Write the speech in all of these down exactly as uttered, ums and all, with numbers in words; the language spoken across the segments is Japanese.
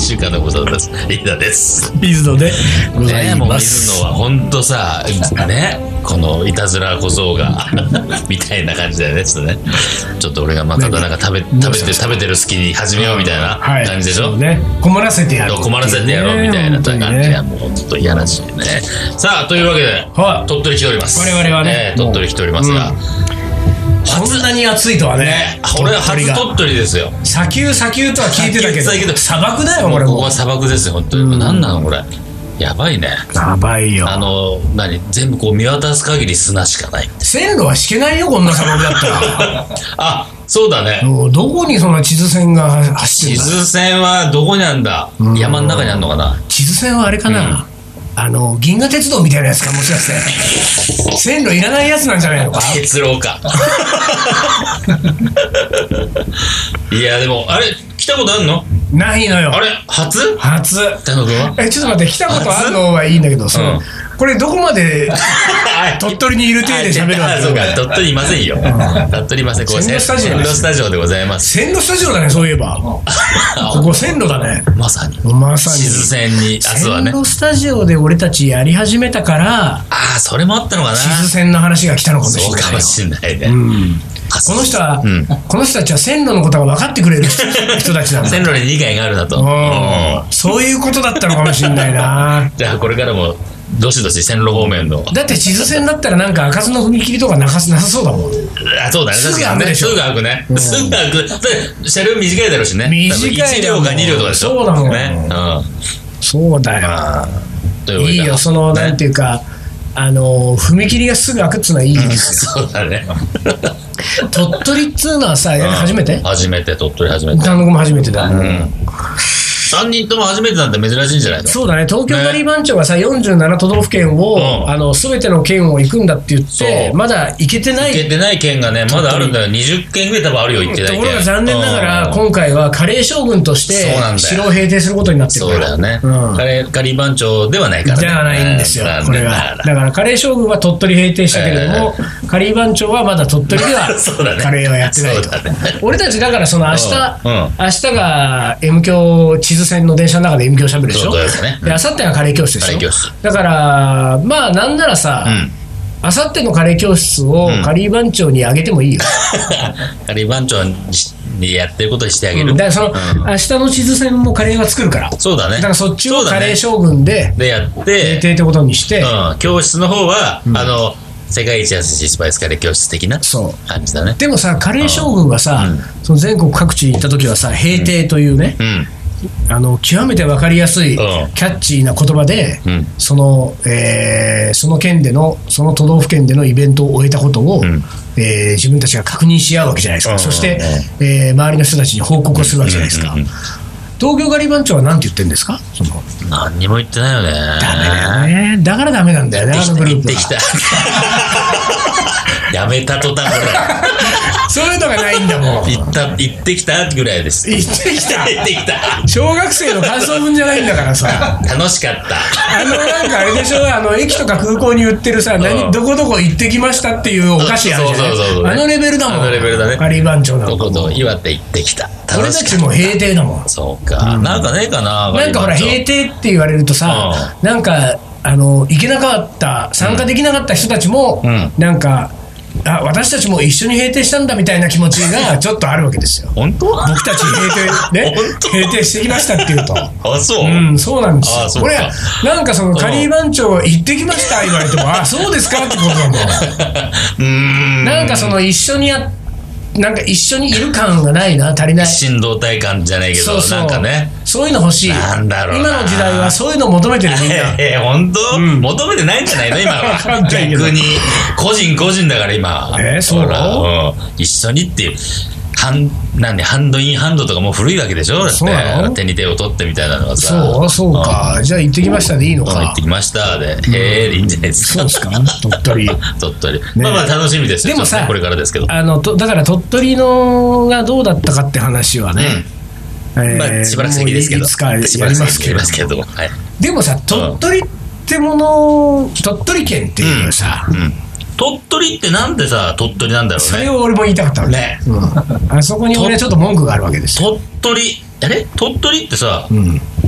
しゅうかんのご無沙汰です。リーダーです。 水野でございます。 ね、もう水野はほんとさ、ね、このいたずら小僧がみたいな感じだよね。ちょっとね、ちょっと俺がまたなんか食べ食べて食べてる隙に始めようみたいな感じでしょ。 はい、ね、困らせてやろう、 困らせてやろうみたいな感じがもうほんといやらしいね。さあというわけで、はい、鳥取来ております。 我々はね、 えー、鳥取来ておりますが。 そんなに暑いとはね。ね、 俺は初鳥取ですよ。 砂丘砂丘とは聞いてたけど、砂漠だよこれも。 ここは砂漠ですよ本当に。うん、何なのこれ。やばいね。 やばいよ。 あの何全部こう見渡す限り砂しかない。 線路は敷けないよこんな砂漠だったら。 あ、そうだね。 どこにそんな地図線が走ってるんだ。 地図線はどこにあるんだ。山の中にあるのかな。 地図線はあれかな。うん、あの銀河鉄道みたいなやつかもしかして線路いらないやつなんじゃないのか。 鉄路か。いやでもあれ来たことあるの？ ないのよ。 あれ初？ 初。 田野君は？ えちょっと待って、来たことあるのはいいんだけど、その、うん、これどこまで鳥取にいる体で喋るわけ？ そうか、鳥取いませんよ。鳥取いません。ここ線路スタジオ。 線路スタジオでございます。 線路スタジオだね、そういえば。ここ線路だね。 まさに。 まさに。 地図線に、あ、そうだね。 線路スタジオで俺たちやり始めたから、 ああ、それもあったのかな。 地図線の話が来たのかもしれない。 そうかもしれないね。 うん、この人は、うん、この人たちは線路のことが分かってくれる人たちなんだ。 線路に理解があるなと。 うん、そういうことだったのかもしれないな。 じゃあこれからもどしどし線路方面の。 だって地図線だったらなんか開かずの踏切とかなさそうだもん。 あ、そうだね。確かにね。すぐ開くね。すぐ開く。車両短いだろうしね。 短いだろう。 いち両かに両とかでしょ。 そうだもんね。 そうだよ。いいよ、そのなんていうか、あの踏切がすぐ開くっつうのはいいですよ。そうだね。 鳥取っつうのはさ、初めて？ 初めて、鳥取初めて。 単独も初めてだ。 さんにんとも初めてなんて珍しいんじゃないの？そうだね。 東京ガリバン長がさ、よんじゅうなな都道府県を、あの全ての県を行くんだって言ってまだ行けてない行けてない県がねまだあるんだよ。にじゅっけんぐらい多分あるよ、行ってない県。 ところが残念ながら今回はカレー将軍として城を平定することになってるから。 そうだよね。カレーガリバン長ではないからね。 ではないんですよこれは。だからカレー将軍は鳥取平定したけれども、カリバン長はまだ鳥取ではカレーはやってないと。俺たちだからその明日明日が M 響地図線の電車の中で M 響しゃべるでしょ。であさってがカレー教室でしょ。だからまあなんならさ、あさってのカレー教室をカリー番長にあげてもいいよ。 カリー番長にやってることにしてあげる。 だからその明日の地図線もカレーは作るから。 そうだね。 だからそっちをカレー将軍ででやって平定ってことにして、 教室の方はあの世界一優しいスパイスカレー教室的な感じだね。 でもさ、カレー将軍はさ、その全国各地に行った時はさ、平定というね、あの極めて分かりやすいキャッチーな言葉で、うん、その、えー、その県でのその都道府県でのイベントを終えたことを、うん、えー、自分たちが確認し合うわけじゃないですか、うん、そして、うん、えー、周りの人たちに報告をするわけじゃないですか、うんうんうん、東京ガリバン長は何て言ってるんですか？その何にも言ってないよね。 ダメだよね。だからダメなんだよね、あのグループは。言ってきたやめた途端これそういうのがないんだもん。 行った行ってきたぐらいです。 行ってきた行ってきた小学生の感想文じゃないんだからさ。 楽しかった。 あのなんかあれでしょ、あの駅とか空港に売ってるさ、何どこどこ行ってきましたっていうお菓子あるじゃない。あのレベルだもん。あのレベルだね。カリー番長のどこどこ岩手行ってきた。 俺たちも平定だもん。 そうか、うん、なんかねえかな。 なんかほら平定って言われるとさ、うん、なんかあの行けなかった参加できなかった人たちも、うん、なんかあ私たちも一緒に平定したんだみたいな気持ちがちょっとあるわけですよ。 本当？ 僕たち平定ね平定してきましたっていうと。 あ、そう。 うん、そうなんですよ。これなんかそのカリー番長行ってきました言われても、あ、そうですかってことだもん。うーん。なんかその一緒にやなんか一緒にいる感がないな、足りない。 一心同体感じゃないけど、そうそうなんかね。 そういうの欲しい。 なんだろうな。 今の時代はそういうの求めてるみんな。 えー、本当、うん、求めてないんじゃないの今は。逆に個人個人だから今。 えー、そう、うん、 一緒にっていう。ハンなんでハンドインハンドとかもう古いわけでしょ。だって手に手を取ってみたいなのがさ。 そうそうか、うん、じゃあ行ってきましたでいいのか。 行ってきましたで、うん、へえでいいんじゃないですか。 そうですか。鳥取鳥取、ね、まあまあ楽しみですよ。でもさ、ね、これからですけど、 あのとだから鳥取のがどうだったかって話はね、 うん、えー、まあしばらく先ですけど、 いつかやりますけど、 はい、 でもさ鳥取ってもの、鳥取県っていうのはさ、うんうん、 鳥取ってなんでさ鳥取なんだろうね。 それを俺も言いたかったのね、うん、あそこに俺ちょっと文句があるわけですよ。 鳥取あれ鳥取ってさ、うん、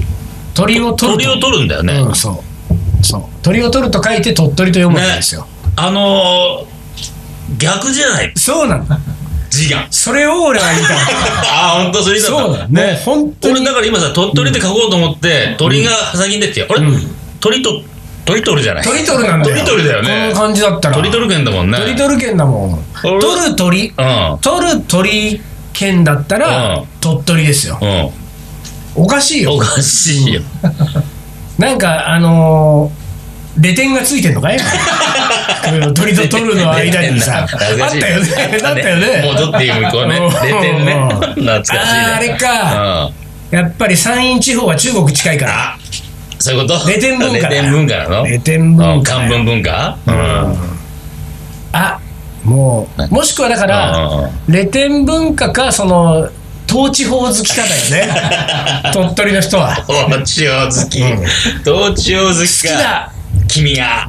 鳥を取る鳥を取るんだよね、 うん、そうそう鳥を取ると書いて鳥取と読むんですよ、ね、 あのー、逆じゃないそうなんだ字がそれを俺は言いたいああ本当それだったそうだね本当に俺だから今さ鳥取で書こうと思って、うん、鳥が先に出てあれ、うん、鳥と鳥取じゃない鳥取なんだよ鳥取だよねこの感じだったら鳥取県だもんね鳥取県だもん取る鳥、うん、取る鳥県だったら、うん、鳥取ですよ、うん、おかしいよおかしいよなんかあのー、レ点がついてんのかい鳥と取るの間にさあったよねあったよね戻っていこうねレ点ね懐かしいねああれか、うん、やっぱり山陰地方は中国近いからそういうことレ点文化だレ点文化なのレ点文化漢文文化、うん、 あもうもしくはだからレ点文化かその統治法好きかだよね鳥取の人は統治法好き、うん、統治法好きか好きだ君が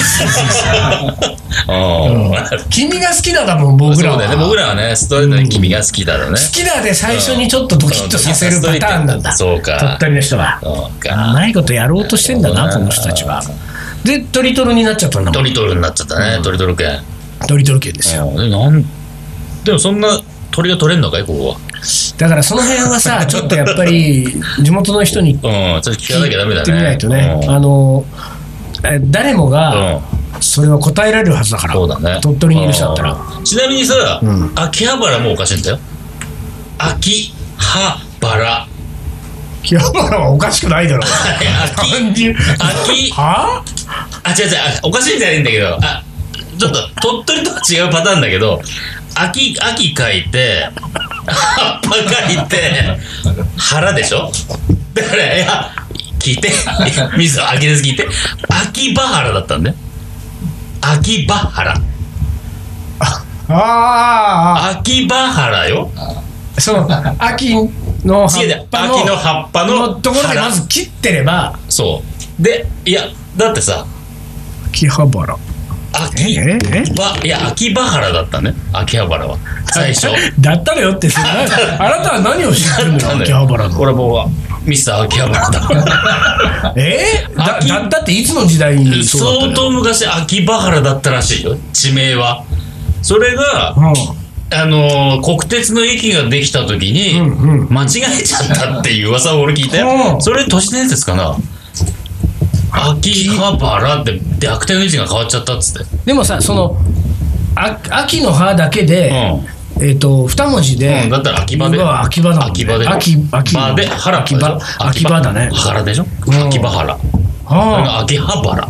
うん、君が好きだだもん僕らは。 そうだよね僕らはねストレートに君が好きだろうね、うん、 好きだで最初にちょっとドキッとさせるパターンなんだ、うん、 そうか鳥取の人はうまいことやろうとしてんだなこの人たちは。でトリトルになっちゃったんだもん。 トリトルになっちゃったね、うん、トリトル県トリトル県ですよ、 うん、で, なんでもそんな鳥が取れんのかいここは。 だからその辺はさちょっとやっぱり地元の人にうんちょっと聞かなきゃダメだね。 聞いてみないとね、うん、あの誰もがそれは答えられるはずだから、 そうだね、 鳥取にいる人だったら。 ちなみにさ、うん、秋葉原もおかしいんだよ。秋葉原秋葉原はおかしくないだろう秋秋はあ違う違うおかしいんじゃないんだけどあちょっと鳥取とは違うパターンだけど秋秋書いて葉っぱ書いて原でしょ。だからいや聞いて水を秋です聞いて秋葉原だったんだよ。秋葉原ああ秋葉原よ。 そう秋の葉っぱの秋の葉っぱのところでまず切ってればそうでいやだってさ秋葉原秋葉いや秋葉原だったね秋葉原は最初だったのよってあなたは何を知ってるのよ秋葉原の。 俺もうミスター秋葉原だえー、だ, だったっていつの時代にそうだったの。 相当昔秋葉原だったらしいよ地名は。それが、うん、あのー、国鉄の駅ができた時に、うんうん、間違えちゃったっていう噂を俺聞いたよ、うん、それ都市伝説かな。秋葉原って逆転の位置が変わっちゃったっつって。 でもさそのあ秋の葉だけで、うん、えっ、ー、と二文字で、 うん、だったら秋葉で秋葉だもんね。 秋葉で秋葉で原秋葉秋葉だね。 原でしょ、うん、秋葉原、はあ、秋葉原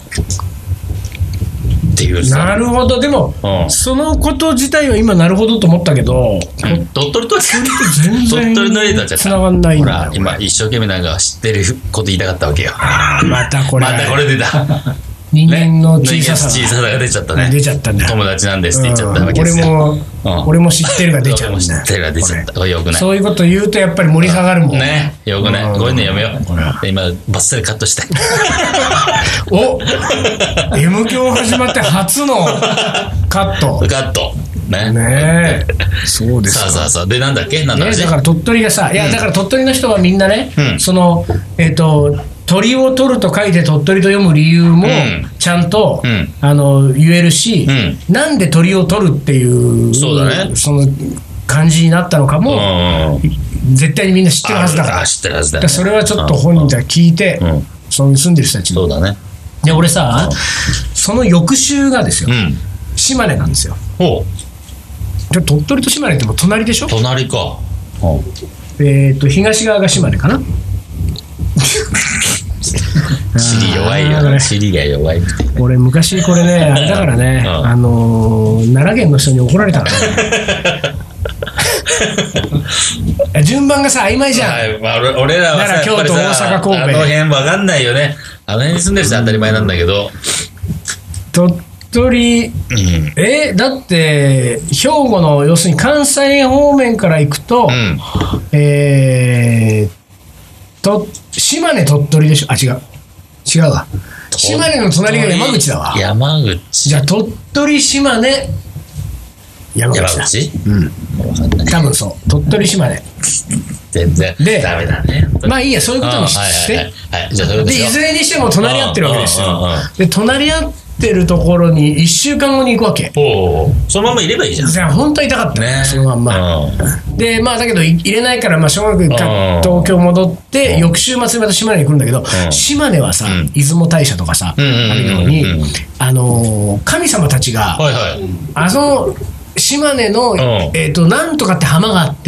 っていうさ。 なるほど。でも、うん、そのこと自体は今なるほどと思ったけど、うん、 鳥取と全然鳥取の例だっちゃった。 繋がんないんだよ。 ほら今一生懸命なんか知ってること言いたかったわけよ。 またこれまたこれ出た人間の小ささ、 ね、小ささが出ちゃったね。 出ちゃったんだ。 友達なんですって言っちゃったわけですよ、 うん、俺も、うん、俺も知ってるが出ちゃうんだ。 俺も知ってるが出ちゃった。これよくない。 そういうこと言うとやっぱり盛り下がるもんね。よくない、うん、こういうのやめよう。今バッサリカットしてお M 響始まって初のカットカットねねえそうですか。 さあさあさあでなんだっけなんだっけ、 ね、だから鳥取がさ、いやだから鳥取の人はみんなね、うん、そのえっ、ー、と鳥を取ると書いて鳥取と読む理由もちゃんと、うん、あの言えるし、うん、なんで鳥を取るっていうそうだね、 その感じになったのかも、うん、絶対にみんな知ってるはずだから。 知ってるはずだよね。 それはちょっと本人たち聞いて、うん、その住んでる人たちに。 そうだね。 で俺さ、うん、その翌週がですよ、うん、島根なんですよ。ほう。じゃ鳥取と島根ってもう隣でしょ。 隣か。 えっと東側が島根かな。 尻弱いよね。尻が弱いみたいな。 俺昔これねあれだからね、うん、あのー、奈良県の人に怒られたからね順番がさ曖昧じゃん、 はいまあ、俺らはさ奈良京都大阪神戸あの辺分かんないよね。あの辺に住んでる人は当たり前なんだけど鳥取、うん、えだって兵庫の要するに関西方面から行くと、うん、えーと島根鳥取でしょ。あ違う違うわ。島根の隣が山口だわ。 山口。 じゃあ鳥取島根山口だ。 山口？ うん。多分そう鳥取島根。 全然でダメだね。 まあいいや、そういうことにして、 はいはいはい、じゃあそういうことでいずれにしても隣り合ってるわけですよ。 うんうんうん、 で隣り合ってるところにいっしゅうかんごに行くわけ。 おそのままいればいいじゃん。 じゃあ本当に痛かったね、そのまんま、うん、でまあだけど入れないから、まあしょうがなく東京戻って、うん、翌週末にまた島根に来るんだけど、うん、島根はさ、うん、出雲大社とかさ、うん、あるように、うん、あのー、神様たちが、はいはい、あの島根の、うん、えーと、なんとかって浜があって、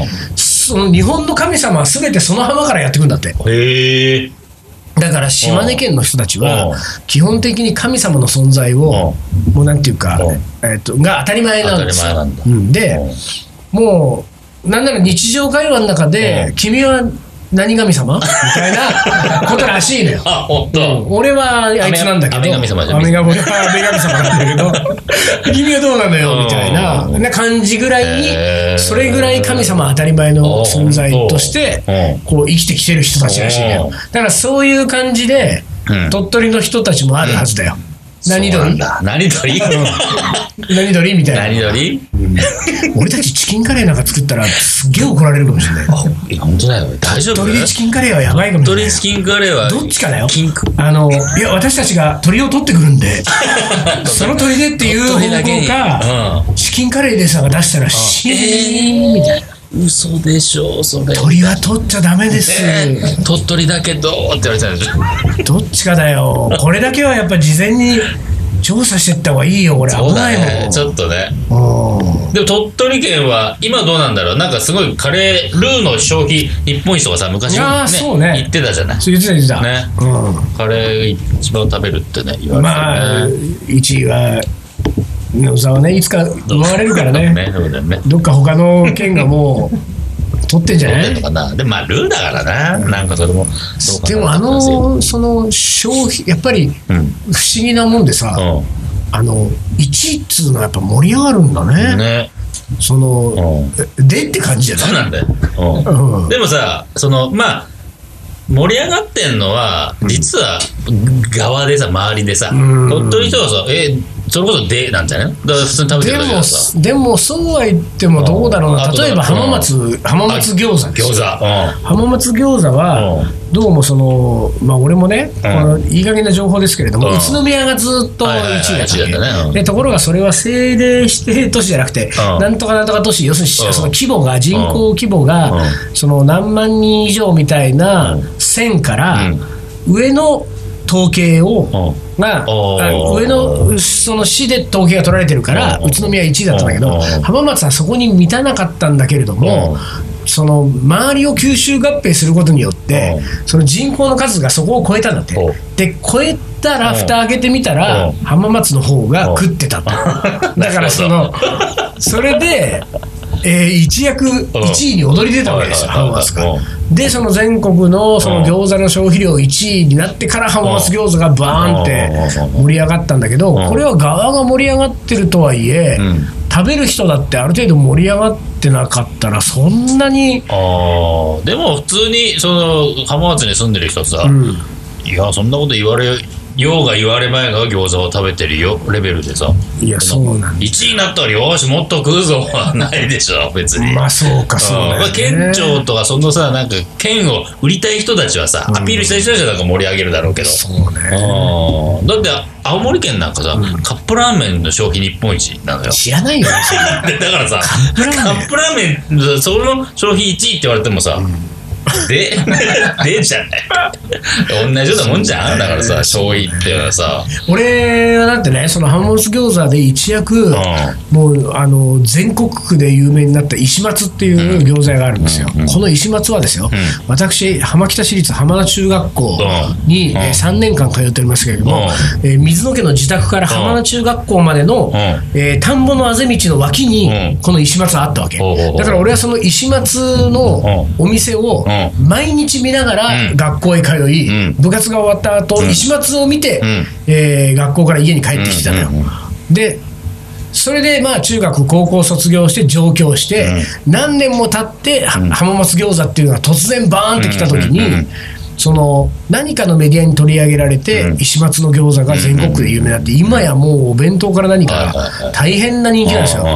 うん、その日本の神様はすべてその浜からやってくるんだって。へー。だから島根県の人たちは基本的に神様の存在をもうなんていうか、えー、とが当たり前なんですよ。うん、でもうなんなら日常会話の中で君は何神様みたいなことらしいのよ。あ、本当、うん、俺はあいつなんだけど、雨神様じゃん。雨神様なんだけど、君はどうなのよみたいなな感じぐらいに、それぐらい神様当たり前の存在としてこう生きてきてる人たちらしいのよ。だからそういう感じで、うん、鳥取の人たちもあるはずだよ。何鳥何鳥何鳥みたいな。何鳥、うん、俺たちチキンカレーなんか作ったらすっげえ怒られるかもしれない。あ、いや本当だよ、大丈夫。鳥でチキンカレーはやばいかもしれない。鳥チキンカレーはどっちかだよ。あのいや私たちが鳥を取ってくるんでその鳥でっていう方向か、うん、チキンカレーでさが出したらシーンみたいな。嘘でしょそれ。鳥は取っちゃダメです、ね、鳥取だけどって言われたんでしょ。どっちかだよ。これだけはやっぱ事前に調査していった方がいいよ。これ危ないもん、ね、ちょっとね。でも鳥取県は今どうなんだろう。なんかすごいカレールーの消費日本一とかさ昔、ねね、言ってたじゃない。そう言ってた言ってた、ね、うん、カレー一番食べるってね言われて、ね、まあいちいは野沢ね、いつか奪われるからね。ね、そうだよね。どっか他の県がもう取ってんじゃない？取ってんのかな。でもまあルーだからな、うん、なんかそれもでもあのその消費やっぱり不思議なもんでさ、うん、あのいちいっつうのはやっぱ盛り上がるんだね。ね、その、うん、でって感じじゃない？そうなんだよ。うんうん、でもさ、そのまあ盛り上がってんのは実は側でさ、周りでさ、鳥取人はさ、えそれこそでなんじゃない？だから普通に食べてるだけどさ。でも、でもそうは言ってもどうだろうな。例えば浜松、浜松餃子です。餃子。浜松餃子はどうもそのまあ俺もね、このいい加減な情報ですけれども、宇都宮がずっといちいだったね。でところがそれは政令指定都市じゃなくて、なんとかなんとか都市、要するにその規模が人口規模がその何万人以上みたいな線から上の統計をが上のその市で統計が取られてるから宇都宮いちいだったんだけど、浜松はそこに満たなかったんだけれども、その周りを吸収合併することによってその人口の数がそこを超えたんだって。で超えたら蓋開けてみたら浜松の方が食ってたと。だからそのそれでえー、一躍いちいに躍り出たわけですよ、浜松が。でその全国のその餃子の消費量いちいになってから浜松餃子がバーンって盛り上がったんだけど、これは側が盛り上がってるとはいえ、食べる人だってある程度盛り上がってなかったらそんなに。あでも普通にその浜松に住んでる人さ、うん、いやそんなこと言われようが言われまいが餃子を食べてるよレベルでさ。いやそうなんだ。いちいになったらよしもっと食うぞはないでしょ別に。まあそうかそうだよね、まあ、県庁とかそのさなんか県を売りたい人たちはさ、うん、アピールしたい人たちはなんか盛り上げるだろうけど。そうね。だって青森県なんかさ、うん、カップラーメンの消費日本一なのよ。知らないよねだからさカップラーメンその消費いちいって言われてもさ、うんで、でじゃない同じようなもんじゃん。だからさ、醤油っていうのはさ、俺はだってね、その浜松餃子で一躍、うん、もうあの全国区で有名になった石松っていう餃子屋があるんですよ、うん、この石松はですよ、うん、私浜北市立浜田中学校に、うんえー、さんねんかん通っておりますけれども、うんえー、水野家の自宅から浜田中学校までの、うんえー、田んぼのあぜ道の脇にこの石松はあったわけ、うん、だから俺はその石松のお店を、うん毎日見ながら学校へ通い、うん、部活が終わった後、うん、石松を見て、うんえー、学校から家に帰ってきてたのよ、うんうんうん、でそれでまあ中学高校卒業して上京して、うん、何年も経って、うん、浜松餃子っていうのが突然バーンってきた時に、うんうんうん、その何かのメディアに取り上げられて、うん、石松の餃子が全国区で有名になって、今やもうお弁当から何か大変な人気なんですよ。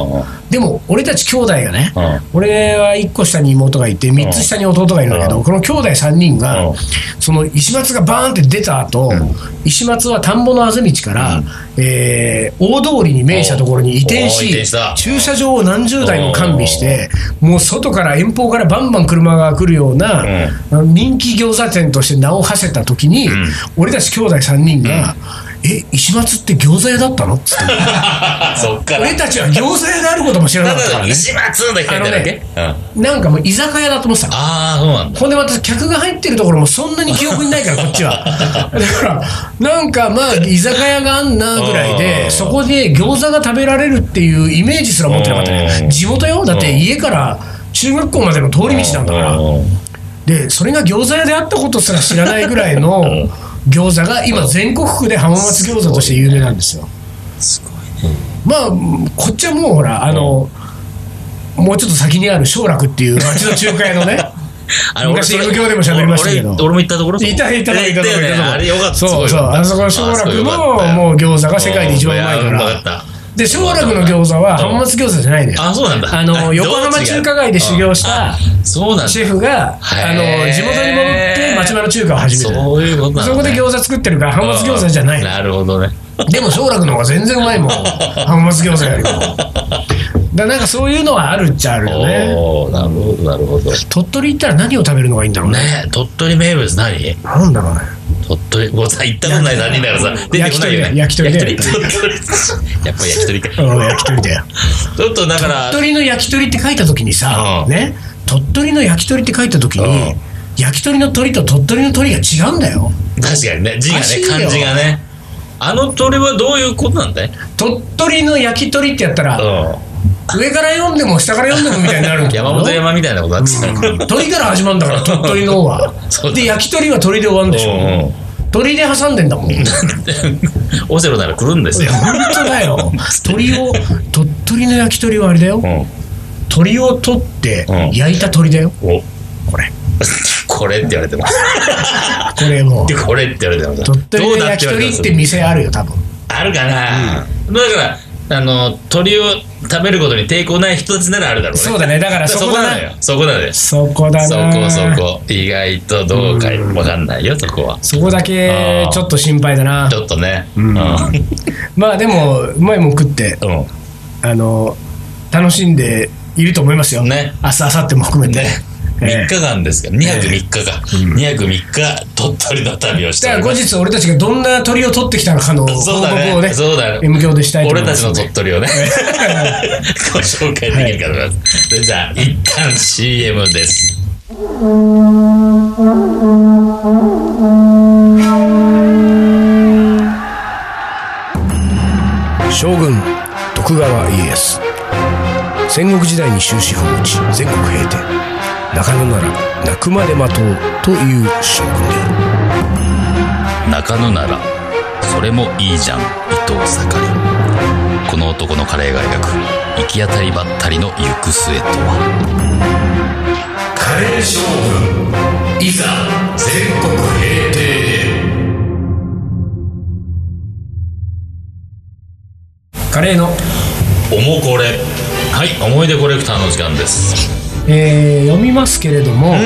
でも俺たち兄弟がね、うん、俺はいっこ下に妹がいてみっつ下に弟がいるんだけど、うん、この兄弟さんにんが、うん、その石松がバーンって出た後、うん、石松は田んぼのあぜ道から、うんえー、大通りに面したところに移転し、駐車場を何十台も完備して、もう外から遠方からバンバン車が来るような、うん、人気餃子店として名を馳せた時に、うん、俺たち兄弟さんにんが、うんえ、石松って餃子屋だったのっつってそっから俺たちは餃子屋であることも知らなかったからね。 石松だけだっけ、 うん、なんかもう居酒屋だと思ってたの。 ああ、そうなんだ。 ほんでまた客が入ってるところもそんなに記憶にないからこっちはだからなんかまあ居酒屋があんなぐらいでそこで餃子が食べられるっていうイメージすら持ってなかったね。地元よ。だって家から中学校までの通り道なんだからで、それが餃子屋であったことすら知らないぐらいの餃子が今全国区で浜松餃子として有名なんですよ。 すごいね。 まあこっちはもうほらあの、うん、もうちょっと先にある松楽っていう町の中華屋のね昔 エム 響でも喋りましたけど、 俺も行ったところ、 行った行ったところ行ったところ、 あれよかった。 そうそう、あそこの松楽のもう餃子が世界で一番うまいから。で松楽の餃子は浜松餃子じゃないのよ。 あ、そうなんだ。 あの横浜中華街で修行したシェフがあの地元に戻って町場の中華を始めた。 そういうことなんだね。 そこで餃子作ってるから浜松餃子じゃないの。 なるほどね。 でも松楽の方が全然うまいもん浜松餃子よりも。だなんかそういうのはあるっちゃあるよね。 おー、なるほどなるほど。 鳥取行ったら何を食べるのがいいんだろうね。 ね、鳥取名物何？ なんだろうね。 鳥取、もうさ、行ったことないさんにんだからさ、出てこないよね。 焼き鳥だよ。 やっぱり焼き鳥か。 うん、焼き鳥だよ。 ちょっとだから。 鳥取の焼き鳥って書いたときにさ、ね、鳥取の焼き鳥って書いたときに、焼き鳥の鳥と鳥取の鳥が違うんだよ。 確かにね、字がね、漢字がね。あの鳥はどういうことなんだい？鳥取の焼き鳥ってやったら、上から読んでも下から読んでもみたいになるんだよ。 山本山みたいなことだって、 うん、鳥から始まるんだから鳥取のはで焼き鳥は鳥で終わるんでしょ。うんうん、鳥で挟んでんだもんオセロなら来るんですよ。 本当だよ。鳥を鳥取の焼き鳥はあれだよ、うん、鳥を取って焼いた鳥だよ、うん、おこれこれって言われてますこれもうこれって言われてます。 鳥取の焼き鳥って店あるよ多分。 あるかな、うん、だからあの鳥を食べることに抵抗ない人たちならあるだろうね。 そうだね。だからそこだね。 そこなのよ。 そこだな。そこそこ。意外とどうか分かんないよ、そこは。 そこだけちょっと心配だな。 ちょっとね。 うん、まあでもうまいもん食って、うん、あの楽しんでいると思いますよ。ね。明日明後日も含めて。ねみっかかんですからにはくみっかか、えー、にはくみっか鳥取の旅をしてだから後日俺たちがどんな鳥を取ってきたのかの報告をね エム 響でしたいと思います、 ね、俺たちの鳥取をねご紹介できるかと思います、はい、じゃあ一旦 シーエム です。 将軍徳川家康、戦国時代に終止符を打ち全国平定、中野なら泣くまで待とうという将軍である。中野ならそれもいいじゃん伊藤盛り。この男のカレーが描く行き当たりばったりの行く末とは。 カレー将軍いざ全国平定へ。カレーのおもこれ。はい、思い出コレクターの時間です。 えー、読みますけれども、うん、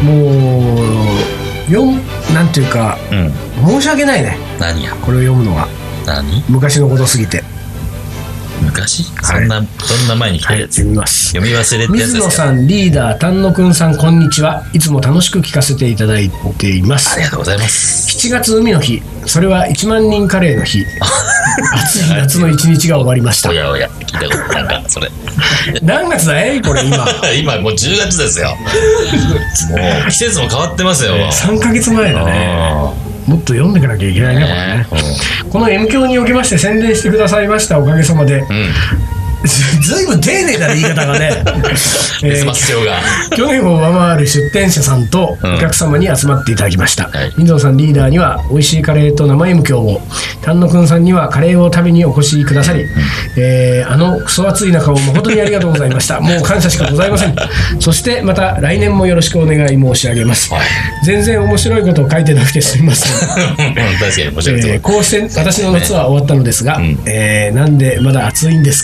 もう読むなんていうか、うん、申し訳ないね。 何やこれを読むのは。 何昔のことすぎて。 昔、はい、そんなどんな前に来たやつ、 はい、読みます。 読み忘れってやつです。 水野さん、リーダー、丹野くんさん、こんにちは。いつも楽しく聞かせていただいています。 ありがとうございます。 しちがつ海の日、それはいちまんにんカレーの日。暑い夏の一日が終わりました。 おやおや、聞いたことなんかそれ何月だいこれ今今もうじゅうがつですよ。もう季節も変わってますよ。 さんかげつまえだね。もっと読んでいかなきゃいけないね、これね、うん、この エム 響におきまして宣伝してくださいましたおかげさまで、うんずいぶん丁寧な言い方がねえー、 去年を上回る出店者さんとお客様に集まっていただきました、うんはい、水野さんリーダーには美味しいカレーと生 エム 響を、丹野くんさんにはカレーを食べにお越しくださり、うんえー、あのクソ暑い中を誠にありがとうございましたもう感謝しかございませんそしてまた来年もよろしくお願い申し上げます、はい、全然面白いことを書いてなくてすみません確かに面白い、 えー、こうして私の夏は終わったのですが、ねうんえー、なんでまだ暑いんですかね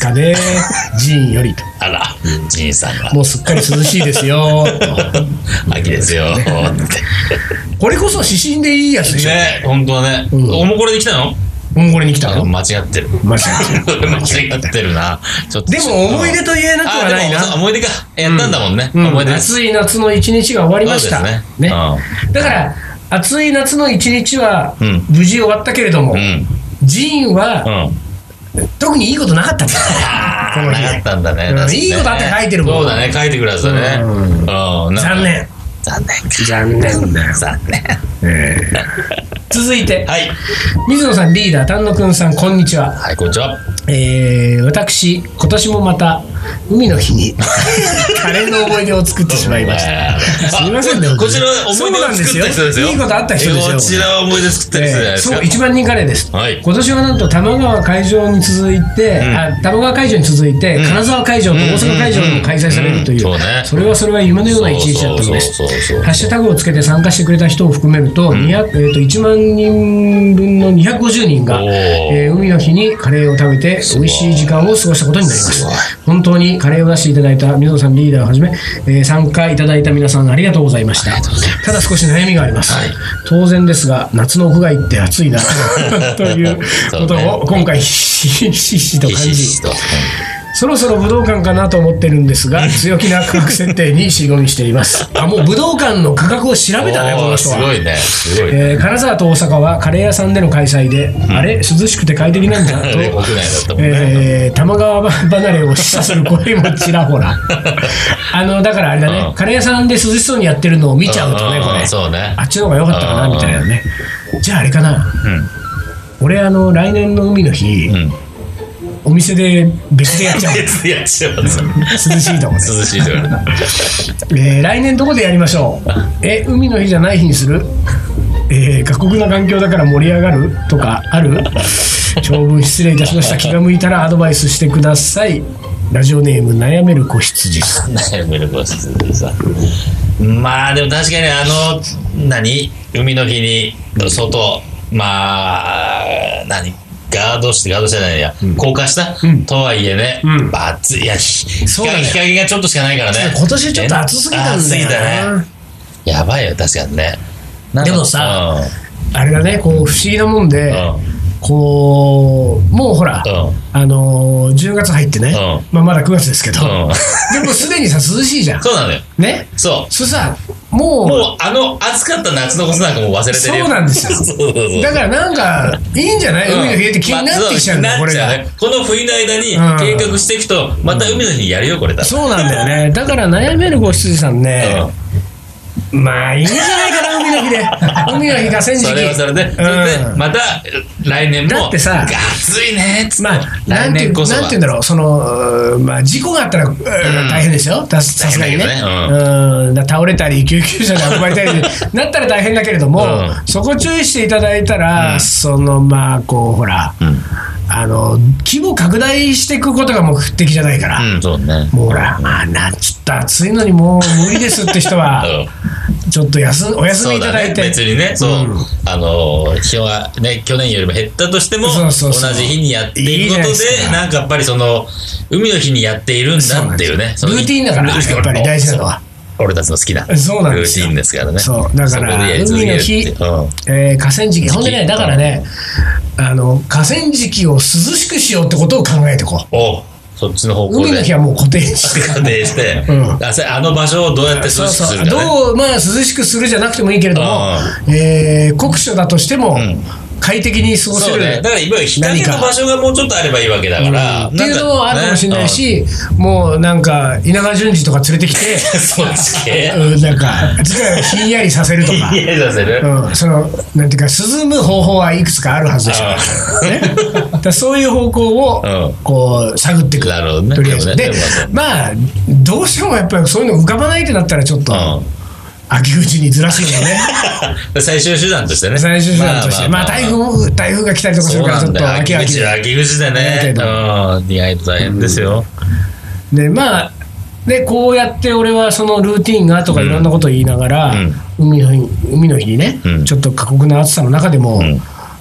ジーンよりと。 あら、ジーンさんが。 もうすっかり涼しいですよ。 秋ですよ。 これこそ指針でいいやつでしょ。 ね、本当はね。おもこれで来たの？ おもこれに来たの？ 間違ってる。 間違ってる。 間違ってるな。ちょっと。 でも思い出と言えなくはないな。 思い出か。やったんだもんね。思い出。 暑い夏の一日が終わりました。ね。だから、暑い夏の一日は無事終わったけれども、ジーンは特にいいことなかったんだ。 この日なかったんだね。 いいことあって書いてるもん。 そうだね、書いてくるはずだね。 残念。 残念。 残念だよ。 残念。 続いて、 はい、 水野さん、リーダー、丹野くんさん、こんにちは。 はい、こんにちは。 えー、私、今年もまた海の日にカレーの思い出を作ってしまいました。すみませんね。 こちらは思い出を作った人ですよ。 いいことあった人ですよ。 こちらは思い出作った人じゃないですか。 そう、いちまんにんカレーです。 はい、 今年はなんと玉川会場に続いて、うん、あ玉川会場に続いて、うん、金沢会場と大阪会場にも開催されるという、うんうん、そうね、それはそれは夢のような一日だったのです。ハッシュタグをつけて参加してくれた人を含めると、うん、えー、といちまんにんぶんのにひゃくごじゅうにんが、えー、海の日にカレーを食べて美味しい時間を過ごしたことになります。本当にカレーを出していただいた水野さん、リーダーをはじめ、えー、参加いただいた皆さんありがとうございました。ただ少し悩みがあります、はい、当然ですが夏の屋外って暑いなということを今回ひしひしと感じ、そろそろ武道館かなと思ってるんですが、強気な価格設定に尻込みしています。あ、もう武道館の価格を調べたね、この人は。 すごいね、すごいね。 えー、金沢と大阪はカレー屋さんでの開催で、うん、あれ涼しくて快適なんだと、えー、玉川離れを示唆する声もちらほら。あのだからあれだね、うん、カレー屋さんで涼しそうにやってるのを見ちゃうとね、これ、そうね、あっちの方が良かったかなみたいなね。じゃああれかな、うん、俺あの来年の海の日、うん、お店で別でやっちゃう。 別でやっちゃう。涼しいとこね。 涼しいとこね。 えー、来年どこでやりましょう。え、海の日じゃない日にする？えー、過酷な環境だから盛り上がるとかある？長文失礼いたしました。気が向いたらアドバイスしてください。ラジオネーム悩める子羊さん。 悩める子羊さん。まあでも確かにあの何海の日に外、まあ何ガードしてガードしてないや、うん、高架下、うん、とはいえね、うん、暑い、いや日陰がちょっとしかないからね。 今年ちょっと暑すぎたんだよね。やばいよ確かにね。 でもさ、うん、あれだね、こう不思議なもんで、うん、こうもうほら、うん、あのー、じゅうがつ入ってね、うん、まあ、まだくがつですけど、うん、でもすでにさ涼しいじゃん。 そうなのよね。 そうそれさもうもうあの暑かった夏のことなんかもう忘れてるよ。 そうなんですよ。そうそうそう、だからなんかいいんじゃない、うん、海の日って気になってきちゃうんだよ、まあ、これが、ね、この冬の間に計画していくと、うん、また海の日やるよこれだ。 そうなんだよね。だから悩める子羊さんね、うん、まあいいんじゃないかな海の日で。海の日河川敷それはそれで、うん、それでまた来年もだってさ暑いねっつって、まあ、 来年こそはなんて言うんだろう、その、まあ、事故があったら、うん、大変ですよさすがにね、うん、だ倒れたり救急車で運ばれたりなったら大変だけれども、うん、そこ注意していただいたら、うん、そのまあこうほら、うん、あの規模拡大していくことが目的じゃないから、うん、そうね、もうほら、まあ、なちょっと暑いのにもう無理ですって人は、うん、ちょっと休お休みいただいて、 ね、別にね、そう、うん、あの日はね去年よりも減ったとしてもそうそうそう、同じ日にやっていくことで、いいなんかやっぱりその海の日にやっているんだっていうね、 ルーティンだからやっぱり大事なのは。 俺たちの好きなルーティンですからね。 そうだから海の日、うん、えー、河川敷、ほんでね、だからね、あの河川敷を涼しくしようってことを考えてこう。 おそっちの方向で海の日はもう固定して固定して、うん、あの場所をどうやって涼しくするか、ね、 そうそう、どう、まあ、涼しくするじゃなくてもいいけれども、えー、酷暑だとしても、うん、快適に過ごせる、 ね、だから今日陰の場所がもうちょっとあればいいわけだから、 うん、っていうのもあるかもしれないし、ね、もうなんか稲川淳二とか連れてきてそっち系、 うん、なんかひんやりさせるとかひんやりさせる、 うん、そのなんていうか涼む方法はいくつかあるはずでしょ、ね、だそういう方向をこう探っていく、 なるほどね、 とりあえずで、まあどうしてもやっぱりそういうの浮かばないってなったらちょっと、うん、秋口にずらすのね最終手段としてね、 最終手段として、まあ台風台風が来たりとかするからちょっと秋秋口秋口でね、意外と大変ですよ、 うん、でまあでこうやって俺はそのルーティンがとかいろんなことを言いながら、うん、海の日海の日にね、うん、ちょっと過酷な暑さの中でも、うん、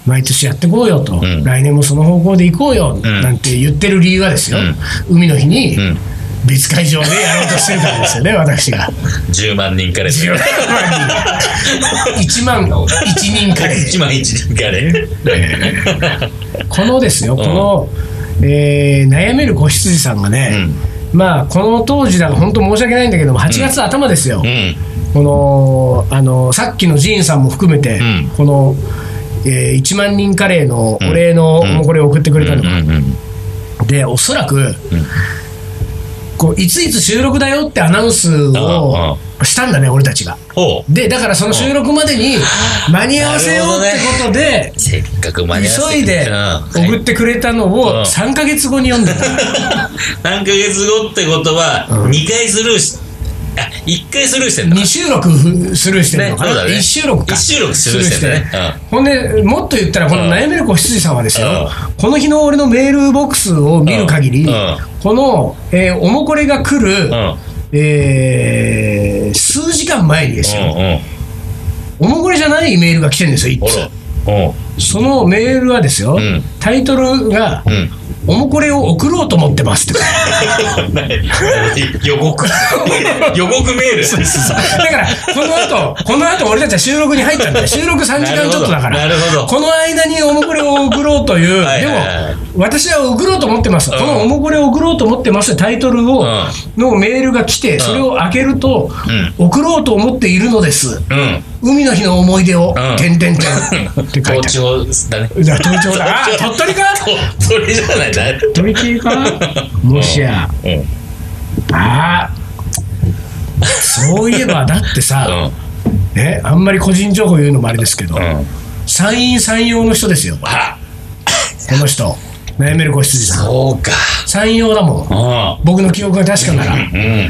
毎年やっていこうよと、 うん、 来年もその方向で行こうよ、うん、なんて言ってる理由はですよ、うん、海の日に、うん、別会場でやろうとしてるからですよね私がじゅうまんにんカレーじゅうまんにんいちまんいちにんカレーいちまんいちにんカレー、 えー、このですよこの、えー、悩める子羊さんがね、うん、まあこの当時だから本当申し訳ないんだけどもはちがつ頭ですよ、うん、このあのさっきのジーンさんも含めて、うん、この、えー、いちまんにんカレーのお礼のおもこれを送ってくれたのが、うんうんうん、でおそらく、うんこういついつ収録だよってアナウンスをしたんだね俺たちが。でだからその収録までに間に合わせようってことで、 せっかく間に合わせ急いで送ってくれたのをさんかげつごに読んでたさんかげつごってことはにかいスルーしあいっかいスルーしてんのかに収録スルーしてるのかな、ね、いち収録かいち収録スルーしてるね、 うん、ほんでもっと言ったらこの悩める子羊さんはですよ、うん、この日の俺のメールボックスを見る限り、うん、この、えー、おもこれが来る、うんえー、数時間前にですよ、うんうん、おもこれじゃないメールが来てるんですよいっつそのメールはですよ、うん、タイトルが、うんおもこれを送ろうと思ってますって予告予告メールそうそうそうだからこの後この後俺たちは収録に入ったんだよ収録さんじかんちょっとだからなるほどこの間におもこれを送ろうというはいはい、はい、でも私は送ろうと思ってます、うん、このおもこれを送ろうと思ってますタイトルを、うん、のメールが来てそれを開けると、うん、送ろうと思っているのです、うん海の日の思い出を、うん、てんてんてんって書いてある。 東京だね。 東京だ。あ、鳥取か鳥取じゃないだ。 鳥取かもしや。うん、ああ。そういえば、だってさ、うん、ね、あんまり個人情報言うのもあれですけど、うん、山陰山陽の人ですよ。あこの人。悩める子羊さん。 そうか。 山陽だもん。僕の記憶が確かなら。うんうん、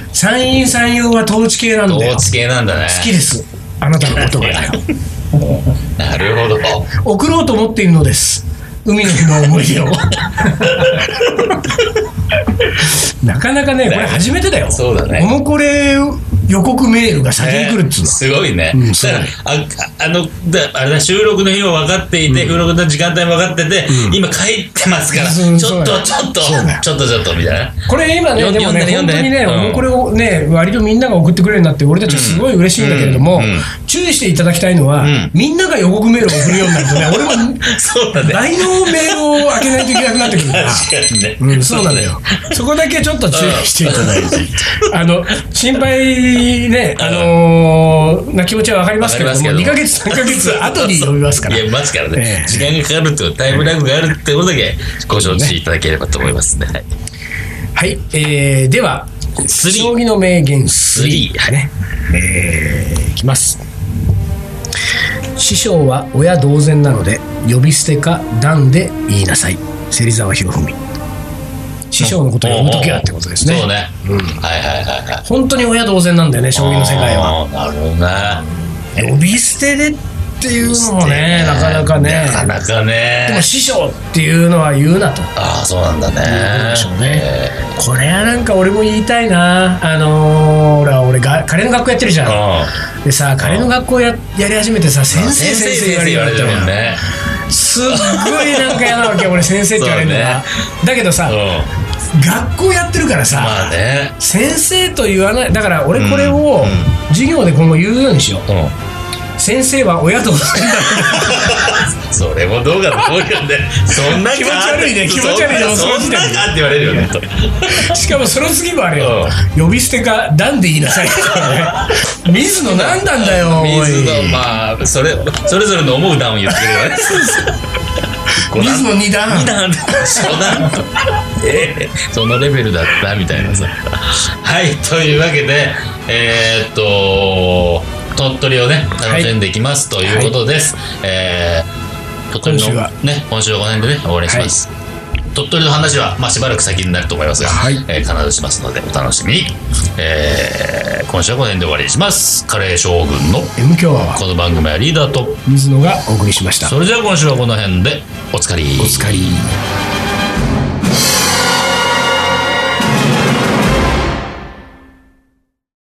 山陰山陽は統治系なんだよ。 統治系なんだね。 好きです。あなたのことがだよなるほど送ろうと思っているのです海の日の思い出をなかなかねこれ初めてだよそうだねおもこれ予告メールが先に来るっつうの、ね、 すごいね、うん、だからああのだあれだ収録の日も分かっていて、うん、収録の時間帯も分かってて、うん、今帰ってますから、うん、ちょっとちょっとちょっとちょっとみたいなこれ今ねでもね本当にね、うん、これをね割とみんなが送ってくれるようになって俺たちはすごい嬉しいんだけれども、うんうん、注意していただきたいのは、うん、みんなが予告メールを送るようになるとね俺もそうだねライン のメールを開けないといけなくなってくるから確かにね、 うん、そうなのよそこだけちょっと注意していただいてあの心配ね、あのー、な気持ちは分かりますけれどもにかげつさんかげつ後に読みますからいやますからね、えー、時間がかかるってタイムラグがあるってことだけご承知いただければと思いますねはい、 はい、えー、では将棋の名言スリーね、えー、いきます師匠は親同然なので呼び捨てか段で言いなさい芹沢博文師匠のことを呼ぶときはってことですね。 そうね、うん、はいはいはいはい本当に親同然なんだよね将棋の世界はなるほどね呼び捨てでっていうのもねなかなかねなかなかねでも師匠っていうのは言うなとああそうなんだね言うでしょうね、えー、これはなんか俺も言いたいなあのー、俺は俺がカレーの学校やってるじゃんでさカレーの学校 や, やり始めてさ先生先生言われてるもんねすっごいなんか嫌なわけ俺先生って言われるのが、ね、だけどさ、うん、学校やってるからさ、 まあね、 先生と言わないだから俺これを授業で今後言うようにしよう、うんうん先生は親とそれもどうかと思うよねそんな気持ち悪いね気持ち悪いよそんなかって言われるよねしかもその次もあれよ、うん、呼び捨てか段で言いなさいってね水野何なんだよ水野まあそれそれぞれの思う段を言ってくれるわね水野二段二段初段えー、そのレベルだったみたいなさはいというわけでえー、っと鳥取をね楽しんでいきます、はい、ということです、はいえー、鳥取のね今週はこの辺でね終わりにします、はい、鳥取の話は、まあ、しばらく先になると思いますが、はいえー、必ずしますのでお楽しみに、えー、今週はこの辺で終わりにしますカレー将軍の M 強アワーこの番組はリーダーと水野がお送りしましたそれでは今週はこの辺でおつかりおつかり